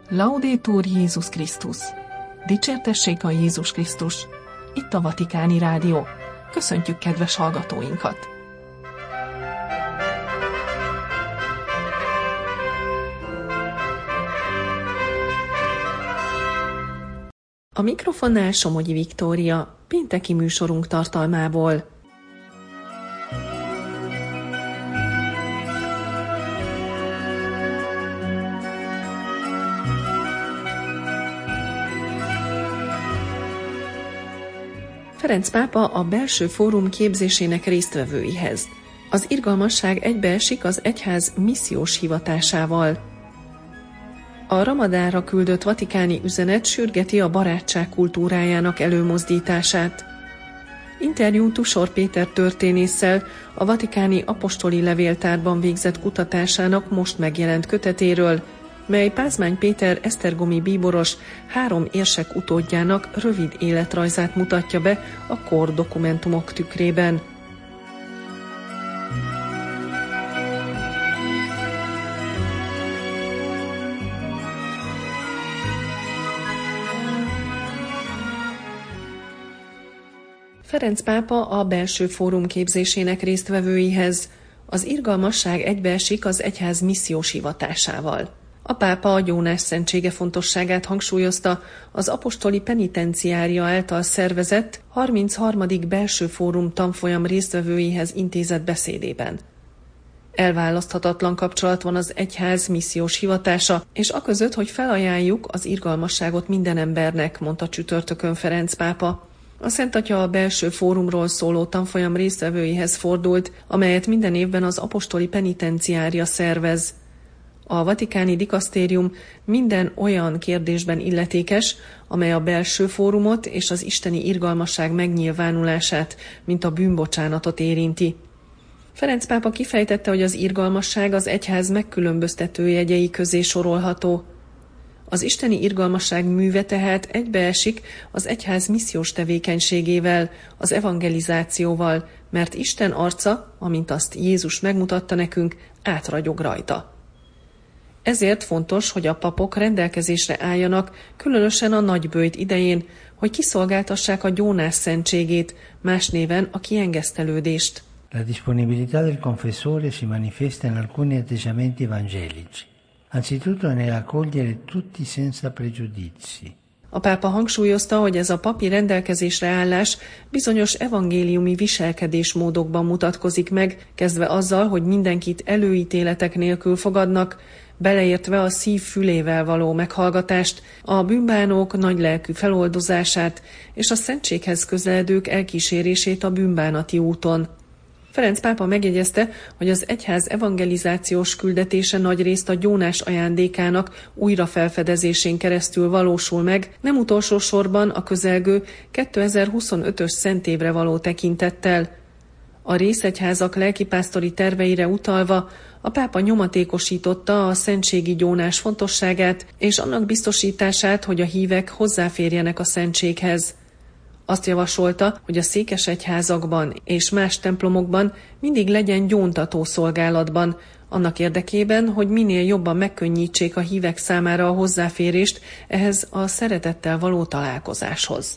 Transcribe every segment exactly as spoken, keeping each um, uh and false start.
Laudetur Jézus Krisztus! Dicsértessék a Jézus Krisztus! Itt a Vatikáni Rádió. Köszöntjük kedves hallgatóinkat! A mikrofonnál Somogyi Viktória, pénteki műsorunk tartalmából. Ferenc pápa a belső fórum képzésének résztvevőihez. Az irgalmasság egybeesik az egyház missziós hivatásával. A ramadánra küldött vatikáni üzenet sürgeti a barátság kultúrájának előmozdítását. Interjú Tusor Péter történésszel a vatikáni apostoli levéltárban végzett kutatásának most megjelent kötetéről, mely Pázmány Péter esztergomi bíboros három érsek utódjának rövid életrajzát mutatja be a kor dokumentumok tükrében. Ferenc pápa a belső fórum képzésének résztvevőihez. Az irgalmasság egybeesik az egyház missziós hivatásával. A pápa a gyónás szentsége fontosságát hangsúlyozta az apostoli penitenciária által szervezett harmincharmadik belső fórum tanfolyam résztvevőihez intézett beszédében. Elválaszthatatlan kapcsolat van az egyház missziós hivatása, és aközött, hogy felajánljuk az irgalmasságot minden embernek, mondta csütörtökön Ferenc pápa. A Szent Atya a belső fórumról szóló tanfolyam résztvevőihez fordult, amelyet minden évben az apostoli penitenciária szervez. A vatikáni dikasztérium minden olyan kérdésben illetékes, amely a belső fórumot és az isteni irgalmasság megnyilvánulását, mint a bűnbocsánatot érinti. Ferenc pápa kifejtette, hogy az irgalmasság az egyház megkülönböztető jegyei közé sorolható. Az isteni irgalmasság műve tehát egybeesik az egyház missziós tevékenységével, az evangelizációval, mert Isten arca, amint azt Jézus megmutatta nekünk, átragyog rajta. Ezért fontos, hogy a papok rendelkezésre álljanak, különösen a nagyböjt idején, hogy kiszolgáltassák a gyónás szentségét, más néven a kiengesztelődést. La disponibilità del confessore si manifesta in alcuni atteggiamenti evangelici. Anzitutto nell'accogliere tutti senza pregiudizi. A pápa hangsúlyozta, hogy ez a papi rendelkezésre állás bizonyos evangéliumi viselkedésmódokban mutatkozik meg, kezdve azzal, hogy mindenkit előítéletek nélkül fogadnak, beleértve a szív fülével való meghallgatást, a bűnbánók nagylelkű feloldozását és a szentséghez közeledők elkísérését a bűnbánati úton. Ferenc pápa megjegyezte, hogy az egyház evangelizációs küldetése nagyrészt a gyónás ajándékának újrafelfedezésén keresztül valósul meg, nem utolsó sorban a közelgő kétezer-huszonötös szentévre való tekintettel. A részegyházak lelkipásztori terveire utalva a pápa nyomatékosította a szentségi gyónás fontosságát és annak biztosítását, hogy a hívek hozzáférjenek a szentséghez. Azt javasolta, hogy a székesegyházakban és más templomokban mindig legyen gyóntató szolgálatban, annak érdekében, hogy minél jobban megkönnyítsék a hívek számára a hozzáférést ehhez a szeretettel való találkozáshoz.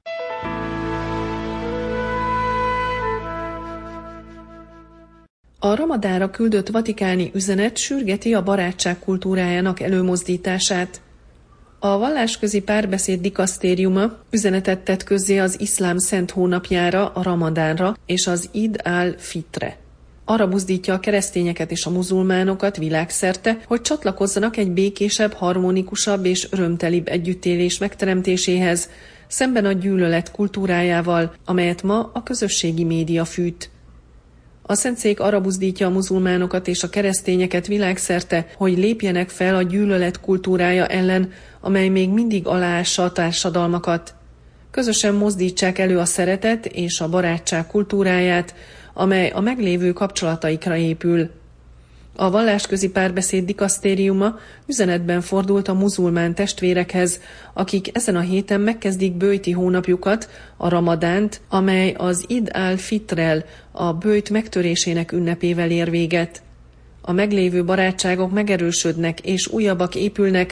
A ramadánra küldött vatikáni üzenet sürgeti a barátság kultúrájának előmozdítását. A vallásközi párbeszéd dikasztériuma üzenetet tett közzé az iszlám szent hónapjára, a ramadánra és az Id al-Fitre. Arra buzdítja a keresztényeket és a muzulmánokat világszerte, hogy csatlakozzanak egy békésebb, harmonikusabb és örömtelibb együttélés megteremtéséhez, szemben a gyűlölet kultúrájával, amelyet ma a közösségi média fűt. A Szentszék arra buzdítja a muzulmánokat és a keresztényeket világszerte, hogy lépjenek fel a gyűlölet kultúrája ellen, amely még mindig aláássa a társadalmakat. Közösen mozdítsák elő a szeretet és a barátság kultúráját, amely a meglévő kapcsolataikra épül. A vallásközi párbeszéd dikasztériuma üzenetben fordult a muzulmán testvérekhez, akik ezen a héten megkezdik böjti hónapjukat, a ramadánt, amely az Id al-Fitrel, a böjt megtörésének ünnepével ér véget. A meglévő barátságok megerősödnek és újabbak épülnek,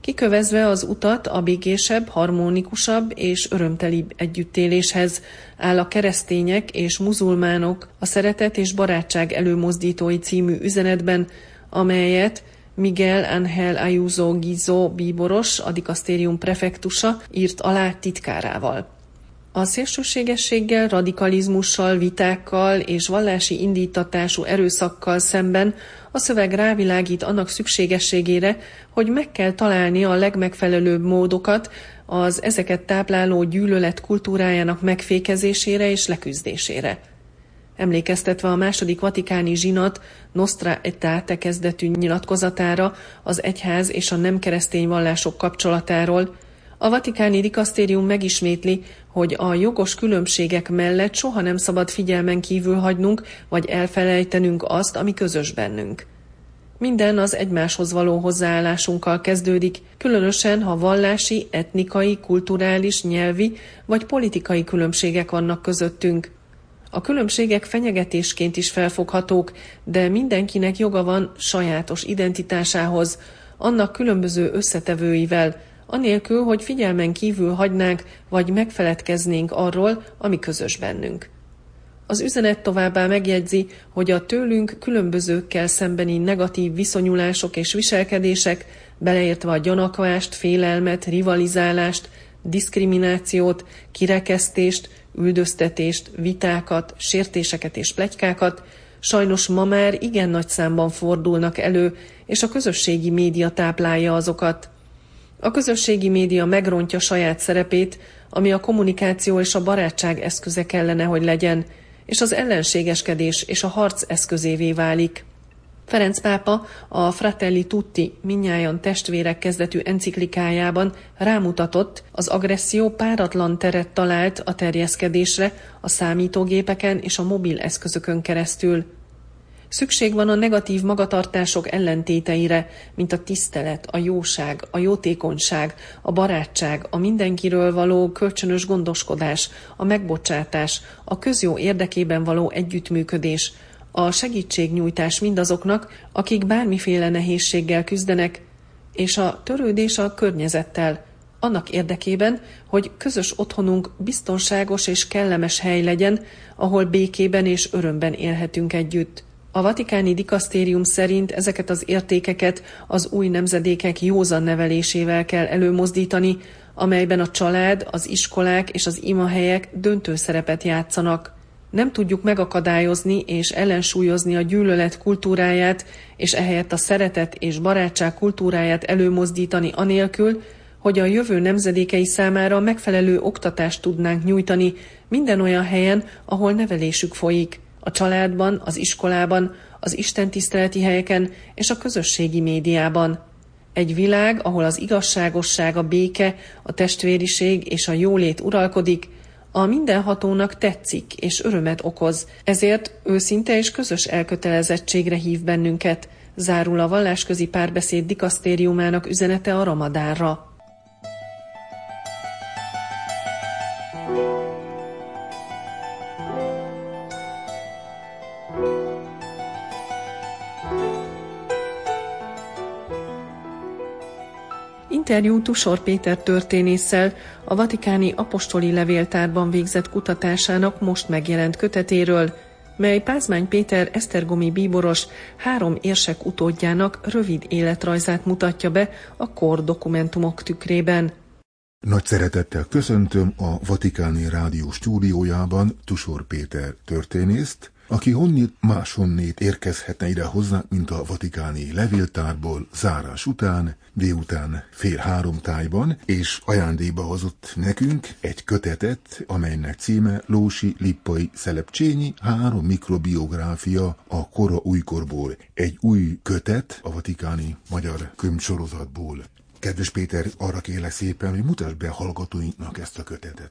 kikövezve az utat a békésebb, harmonikusabb és örömtelibb együttéléshez áll a Keresztények és muzulmánok a Szeretet és Barátság előmozdítói című üzenetben, amelyet Miguel Ángel Ayuso Gizo bíboros, a dikasztérium prefektusa írt alá titkárával. A szélsőségességgel, radikalizmussal, vitákkal és vallási indítatású erőszakkal szemben a szöveg rávilágít annak szükségességére, hogy meg kell találni a legmegfelelőbb módokat az ezeket tápláló gyűlölet kultúrájának megfékezésére és leküzdésére. Emlékeztetve a második vatikáni zsinat Nostra Aetate kezdetű nyilatkozatára az egyház és a nem keresztény vallások kapcsolatáról, a vatikáni dikasztérium megismétli, hogy a jogos különbségek mellett soha nem szabad figyelmen kívül hagynunk, vagy elfelejtenünk azt, ami közös bennünk. Minden az egymáshoz való hozzáállásunkkal kezdődik, különösen, ha vallási, etnikai, kulturális, nyelvi vagy politikai különbségek vannak közöttünk. A különbségek fenyegetésként is felfoghatók, de mindenkinek joga van sajátos identitásához, annak különböző összetevőivel, anélkül, hogy figyelmen kívül hagynánk, vagy megfeledkeznénk arról, ami közös bennünk. Az üzenet továbbá megjegyzi, hogy a tőlünk különbözőkkel szembeni negatív viszonyulások és viselkedések, beleértve a gyanakvást, félelmet, rivalizálást, diszkriminációt, kirekesztést, üldöztetést, vitákat, sértéseket és pletykákat, sajnos ma már igen nagy számban fordulnak elő, és a közösségi média táplálja azokat. A közösségi média megrontja saját szerepét, ami a kommunikáció és a barátság eszköze kellene, hogy legyen, és az ellenségeskedés és a harc eszközévé válik. Ferenc pápa a Fratelli Tutti, mindnyájan testvérek kezdetű enciklikájában rámutatott, az agresszió páratlan teret talált a terjeszkedésre a számítógépeken és a mobil eszközökön keresztül. Szükség van a negatív magatartások ellentéteire, mint a tisztelet, a jóság, a jótékonyság, a barátság, a mindenkiről való kölcsönös gondoskodás, a megbocsátás, a közjó érdekében való együttműködés, a segítségnyújtás mindazoknak, akik bármiféle nehézséggel küzdenek, és a törődés a környezettel, annak érdekében, hogy közös otthonunk biztonságos és kellemes hely legyen, ahol békében és örömben élhetünk együtt. A vatikáni dikasztérium szerint ezeket az értékeket az új nemzedékek józan nevelésével kell előmozdítani, amelyben a család, az iskolák és az imahelyek döntő szerepet játszanak. Nem tudjuk megakadályozni és ellensúlyozni a gyűlölet kultúráját, és ehelyett a szeretet és barátság kultúráját előmozdítani anélkül, hogy a jövő nemzedékei számára megfelelő oktatást tudnánk nyújtani minden olyan helyen, ahol nevelésük folyik, a családban, az iskolában, az istentiszteleti helyeken és a közösségi médiában. Egy világ, ahol az igazságosság, a béke, a testvériség és a jólét uralkodik, a mindenhatónak tetszik és örömet okoz, ezért őszinte és közös elkötelezettségre hív bennünket, zárul a vallásközi párbeszéd dikasztériumának üzenete a Ramadánra. Interjú Tusor Péter történésszel, a vatikáni apostoli levéltárban végzett kutatásának most megjelent kötetéről, mely Pázmány Péter esztergomi bíboros három érsek utódjának rövid életrajzát mutatja be a kor dokumentumok tükrében. Nagy szeretettel köszöntöm a Vatikáni Rádió stúdiójában Tusor Péter történészt, aki honnét máshonnét érkezhetne ide hozzánk, mint a vatikáni levéltárból zárás után, délután fél három tájban, és ajándékba hozott nekünk egy kötetet, amelynek címe Lósi Lippai Szelepcsényi, három mikrobiográfia a kora újkorból. Egy új kötet a vatikáni magyar könyvsorozatból. Kedves Péter, arra kérlek szépen, hogy mutasd be hallgatóinknak ezt a kötetet.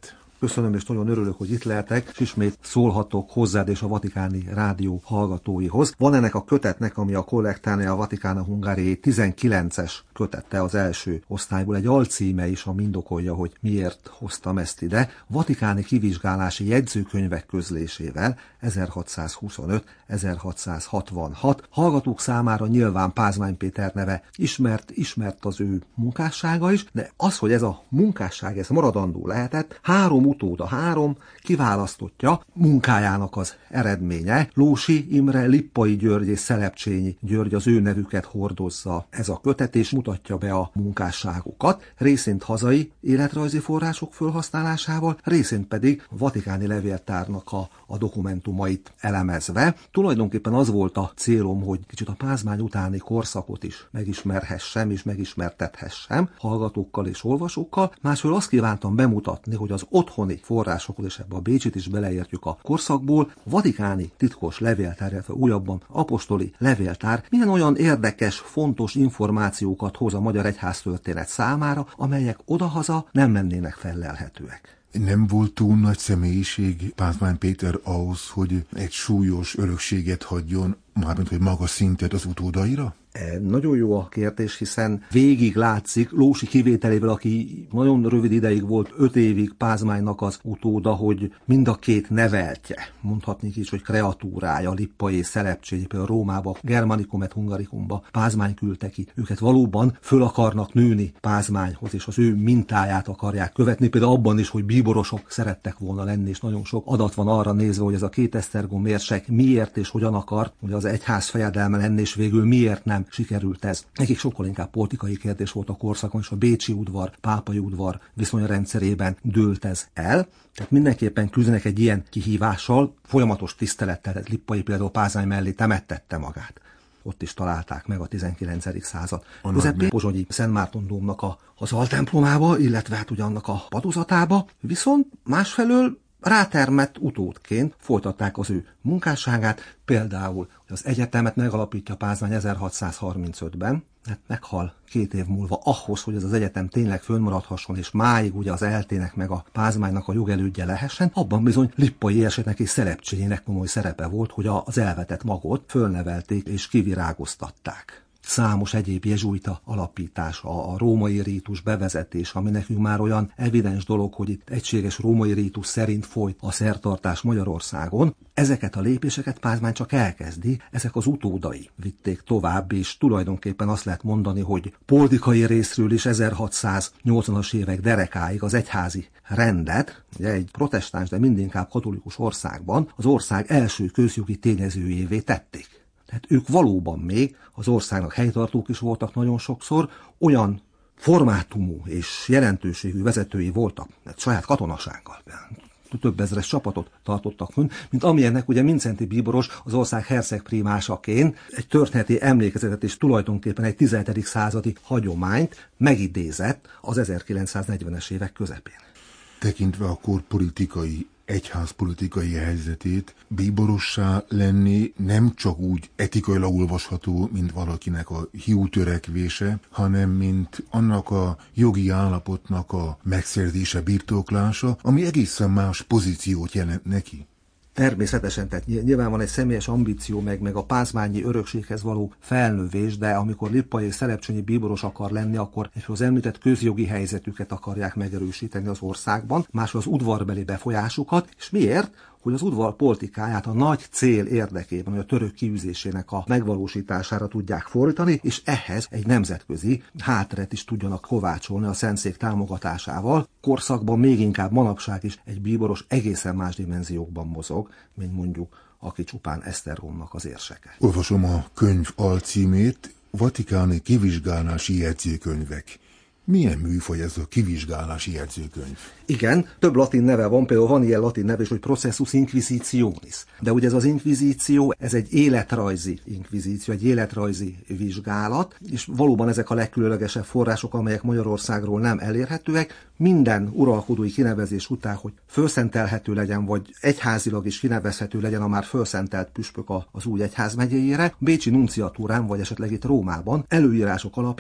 köszönöm, és nagyon örülök, hogy itt lehetek, és ismét szólhatok hozzád és a Vatikáni Rádió hallgatóihoz. Van ennek a kötetnek, ami a Collectanea Vaticana Hungariae tizenkilences kötete az első osztályból, egy alcíme is, ami indokolja, hogy miért hoztam ezt ide. Vatikáni kivizsgálási jegyzőkönyvek közlésével ezerhatszázhuszonöt ezerhatszázhatvanhat. Hallgatók számára nyilván Pázmány Péter neve ismert, ismert az ő munkássága is, de az, hogy ez a munkásság, ez maradandó lehetett, három utóda, három kiválasztottja munkájának az eredménye. Lósi Imre, Lippai György és Szelepcsényi György, az ő nevüket hordozza ez a kötet, és mutatja be a munkásságukat, részint hazai életrajzi források felhasználásával, részint pedig a vatikáni levéltárnak a, a dokumentumait elemezve. Tulajdonképpen az volt a célom, hogy kicsit a Pázmány utáni korszakot is megismerhessem és megismertethessem hallgatókkal és olvasókkal. Másról azt kívántam bemutatni, hogy az otthoni forrásokból, és ebbe a Bécsit is beleértjük a korszakból, vatikáni titkos levéltár, illetve újabban apostoli levéltár milyen olyan érdekes, fontos információkat hoz a magyar egyháztörténet számára, amelyek odahaza nem lennének fellelhetőek. Nem volt túl nagy személyiség Pázmány Péter ahhoz, hogy egy súlyos örökséget hagyjon, mármint hogy magas szintet az utódaira? E, nagyon jó a kérdés, hiszen végig látszik, Lósi kivételével, aki nagyon rövid ideig volt, öt évig Pázmánynak az utóda, hogy mind a két neveltje, mondhatnék is, hogy kreatúrája, Lippai és Szelepcsényi, például Rómába, Germanicum et Hungaricumba Pázmány küldte ki. Őket valóban föl akarnak nőni Pázmányhoz, és az ő mintáját akarják követni, például abban is, hogy bíborosok szerettek volna lenni, és nagyon sok adat van arra nézve, hogy ez a két esztergom mérsek miért és hogyan akart, hogy az egyház fejedelme lenni, és végül miért nem sikerült ez. Nekik sokkal inkább politikai kérdés volt a korszakon, és a bécsi udvar, pápai udvar viszonyrendszerében dőlt ez el. Tehát mindenképpen küzdenek egy ilyen kihívással, folyamatos tisztelettel, tehát Lippai például Pázmány mellé temettette magát. Ott is találták meg a tizenkilencedik század közepén Pozsonyi Szent Márton dómnak a, az altemplomába, illetve hát ugye annak a padozatába, viszont másfelől rátermett utódként folytatták az ő munkásságát, például az egyetemet megalapítja Pázmány ezerhatszázharmincötben, hát meghal két év múlva ahhoz, hogy ez az egyetem tényleg fönnmaradhasson, és máig ugye az eltének meg a Pázmánynak a jogelődje lehessen, abban bizony Lippai érseknek és Szelepcsényének komoly szerepe volt, hogy az elvetett magot fölnevelték és kivirágoztatták. Számos egyéb jezsuita alapítása, a római rítus bevezetés, ami nekünk már olyan evidens dolog, hogy itt egységes római rítus szerint folyt a szertartás Magyarországon. Ezeket a lépéseket Pázmány csak elkezdi, ezek az utódai vitték tovább, és tulajdonképpen azt lehet mondani, hogy politikai részről is ezerhatszáznyolcvanas évek derekáig az egyházi rendet, ugye egy protestáns, de mindinkább katolikus országban az ország első közjogi tényezőjévé tették. Tehát ők valóban még az országnak helytartók is voltak nagyon sokszor, olyan formátumú és jelentőségű vezetői voltak, mert saját katonasággal, több ezres csapatot tartottak fönn, mint amilyennek ugye Mindszenty bíboros az ország hercegprímásaként egy történeti emlékezetet és tulajdonképpen egy tizenedik századi hagyományt megidézett az ezerkilencszáznegyvenes évek közepén. Tekintve a kor politikai egyházpolitikai helyzetét, bíborossá lenni nem csak úgy etikailag olvasható, mint valakinek a hiú törekvése, hanem mint annak a jogi állapotnak a megszerzése, birtoklása, ami egészen más pozíciót jelent neki. Természetesen, tehát nyilván van egy személyes ambíció, meg, meg a pázmányi örökséghez való felnövés, de amikor Lippai és Szelepcsényi bíboros akar lenni, akkor az említett közjogi helyzetüket akarják megerősíteni az országban, másról az udvarbeli befolyásukat, és miért? Hogy az udvar politikáját a nagy cél érdekében, hogy a török kiűzésének a megvalósítására tudják fordítani, és ehhez egy nemzetközi hátteret is tudjanak kovácsolni a Szentszék támogatásával. Korszakban még inkább manapság is egy bíboros egészen más dimenziókban mozog, mint mondjuk aki csupán Esztergomnak az érseke. Olvasom a könyv alcímét, Vatikáni kivizsgálási jegyzőkönyvek. Milyen műfaj ez a kivizsgálási jegyzőkönyv? Igen, több latin neve van, például van ilyen latin neve is, hogy processus inquisitionis. De ugye ez az inkvizíció, ez egy életrajzi inkvizíció, egy életrajzi vizsgálat, és valóban ezek a legkülönlegesebb források, amelyek Magyarországról nem elérhetőek, minden uralkodói kinevezés után, hogy fölszentelhető legyen, vagy egyházilag is kinevezhető legyen a már fölszentelt püspök az új egyház megyéjére, Bécsi nunciatúrán, vagy esetleg itt Rómában előírások alapján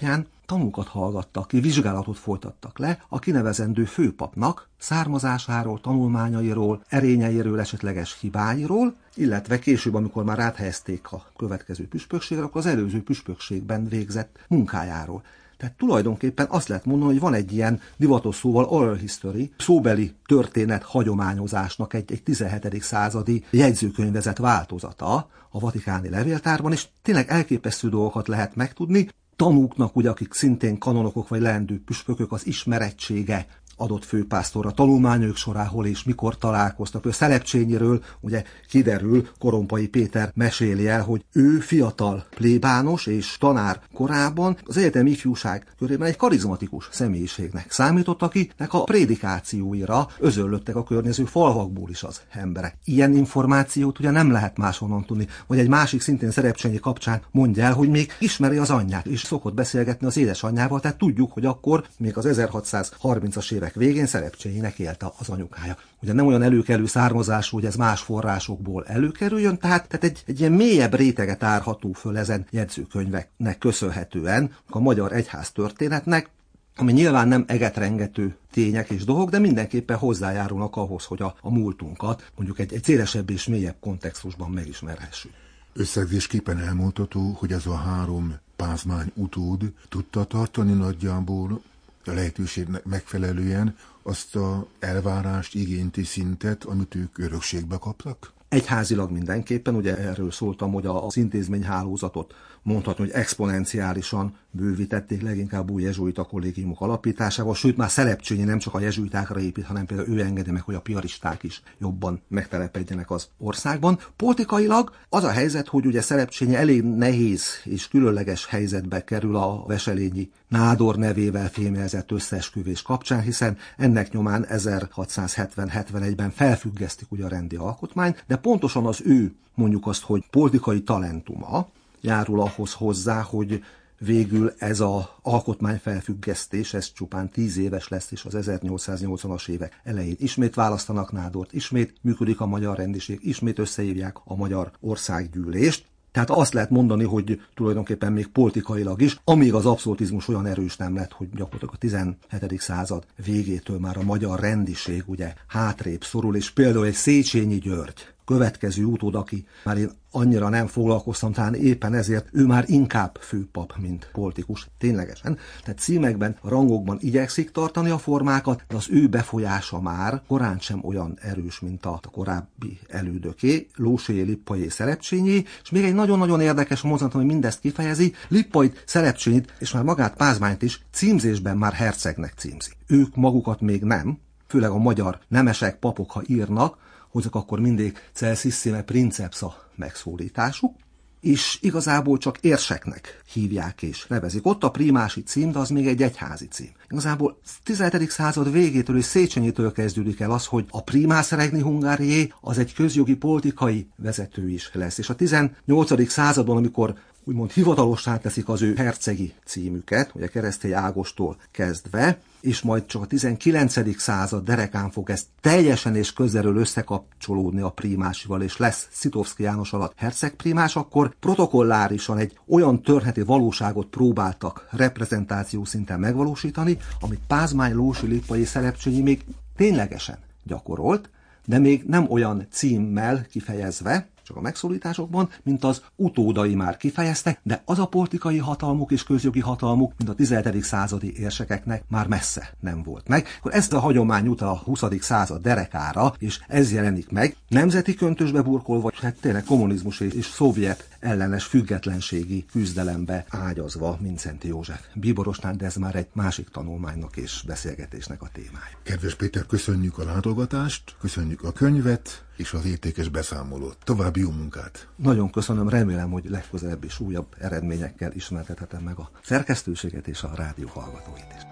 tanúkat hallgattak ki, vizsgálatot folytattak le a kinevezendő főpapnak származásáról, tanulmányairól, erényeiről, esetleges hibáiról, illetve később, amikor már áthelyezték a következő püspökségre, akkor az előző püspökségben végzett munkájáról. Tehát tulajdonképpen azt lehet mondani, hogy van egy ilyen divatos szóval oral history, szóbeli történet hagyományozásnak egy, egy tizenhetedik századi jegyzőkönyvezet változata a vatikáni levéltárban, és tényleg elképesztő dolgokat lehet megtudni. Tanúknak, ugye, akik szintén kanonokok vagy leendő püspökök, az ismerettsége adott főpásztorra, tanulmányok során hol és mikor találkoztak. Ő Szelepcsényiről ugye kiderül, Korompai Péter meséli el, hogy ő fiatal plébános és tanár korában az egyetemi ifjúság körében egy karizmatikus személyiségnek számított, akinek a prédikációira özöllöttek a környező falvakból is az emberek. Ilyen információt ugye nem lehet máshonnan tudni. Vagy egy másik szintén Szelepcsényi kapcsán mondja el, hogy még ismeri az anyját, és szokott beszélgetni az édesanyjával, tehát tudjuk, hogy akkor még az ezerhatszázharmincas évek végén Szelepcsényinek élte az anyukája. Ugye nem olyan előkelő származású, hogy ez más forrásokból előkerüljön, tehát, tehát egy, egy ilyen mélyebb réteget árható föl ezen jegyzőkönyveknek köszönhetően a magyar egyház történetnek, ami nyilván nem egetrengető tények és dolgok, de mindenképpen hozzájárulnak ahhoz, hogy a, a múltunkat mondjuk egy, egy szélesebb és mélyebb kontextusban megismerhessük. Összegzésképpen elmondható, hogy ez a három pázmány utód tudta tartani nagyjából a lehetőségnek megfelelően azt a elvárást, igényti szintet, amit ők örökségbe kaptak? Egyházilag mindenképpen, ugye erről szóltam, hogy az intézményhálózatot mondhatni, hogy exponenciálisan bővítették, leginkább új jezsuita kollégiumok alapításával, sőt már Szelepcsényi nem csak a jezsuitákra épít, hanem például ő engedi meg, hogy a piaristák is jobban megtelepedjenek az országban. Politikailag az a helyzet, hogy ugye Szelepcsényi elég nehéz és különleges helyzetbe kerül a Veselényi Nádor nevével fémjelzett összeesküvés kapcsán, hiszen ennek nyomán ezerhatszázhetven-hetvenegyben felfüggesztik ugye a rendi alkotmányt, de pontosan az ő, mondjuk azt, hogy politikai talentuma járul ahhoz hozzá, hogy végül ez az alkotmányfelfüggesztés, ez csupán tíz éves lesz, és az ezernyolcszáznyolcvanas évek elején ismét választanak Nádort, ismét működik a magyar rendiség, ismét összehívják a magyar országgyűlést. Tehát azt lehet mondani, hogy tulajdonképpen még politikailag is, amíg az abszolutizmus olyan erős nem lett, hogy gyakorlatilag a tizenhetedik század végétől már a magyar rendiség ugye hátrébb szorul, és például egy Széchenyi György, következő utód, aki már én annyira nem foglalkoztam, talán éppen ezért ő már inkább főpap, mint politikus, ténylegesen. Tehát címekben, rangokban igyekszik tartani a formákat, de az ő befolyása már korán sem olyan erős, mint a korábbi elődöké, Lóssé, Lippai és Szelepcsényi, és még egy nagyon-nagyon érdekes mozzanat, ami mindezt kifejezi, Lippait, Szelepcsényit és már magát Pázmányt is címzésben már hercegnek címzi. Ők magukat még nem, főleg a magyar nemesek, papok, ha írnak, hozok akkor mindig Celsissime Princeps a megszólításuk, és igazából csak érseknek hívják és nevezik. Ott a primási cím, de az még egy egyházi cím. Igazából a tizenhetedik század végétől és Széchenyitől kezdődik el az, hogy a primász regni Hungariae az egy közjogi politikai vezető is lesz. És a tizennyolcadik században, amikor úgymond hivatalossá teszik az ő hercegi címüket, ugye Keresztély Ágostól kezdve, és majd csak a tizenkilencedik század derekán fog ez teljesen és közelről összekapcsolódni a primásival, és lesz Szitovszky János alatt hercegprímás, akkor protokollárisan egy olyan történeti valóságot próbáltak reprezentáció szinten megvalósítani, amit Pázmány, Lóssy, Lippai és Szelepcsényi még ténylegesen gyakorolt, de még nem olyan címmel kifejezve, csak a megszólításokban, mint az utódai már kifejeztek, de az a politikai hatalmuk és közjogi hatalmuk, mint a tizenhetedik századi érsekeknek már messze nem volt meg. Akkor ezt a hagyomány utal a huszadik század derekára, és ez jelenik meg, nemzeti köntösbe burkolva, hát tényleg kommunizmus és, és szovjet ellenes függetlenségi küzdelembe ágyazva Mindszenty József bíborosnál, de ez már egy másik tanulmánynak és beszélgetésnek a témája. Kedves Péter, köszönjük a látogatást, köszönjük a könyvet és az értékes beszámolót. További jó munkát! Nagyon köszönöm, remélem, hogy legközelebb is újabb eredményekkel ismertethetem meg a szerkesztőséget és a rádió hallgatóit is.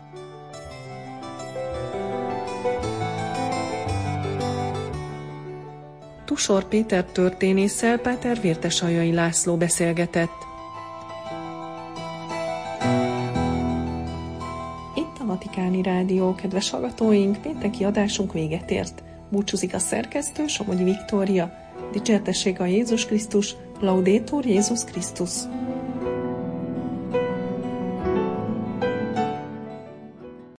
Tusor Péter történésszel Páter Vértesaljai László beszélgetett. Itt a Vatikáni Rádió, kedves hallgatóink, pénteki adásunk véget ért. Búcsúzik a szerkesztő, Somogyi Viktória. Dicsértessége a Jézus Krisztus, Laudetur Jézus Krisztus.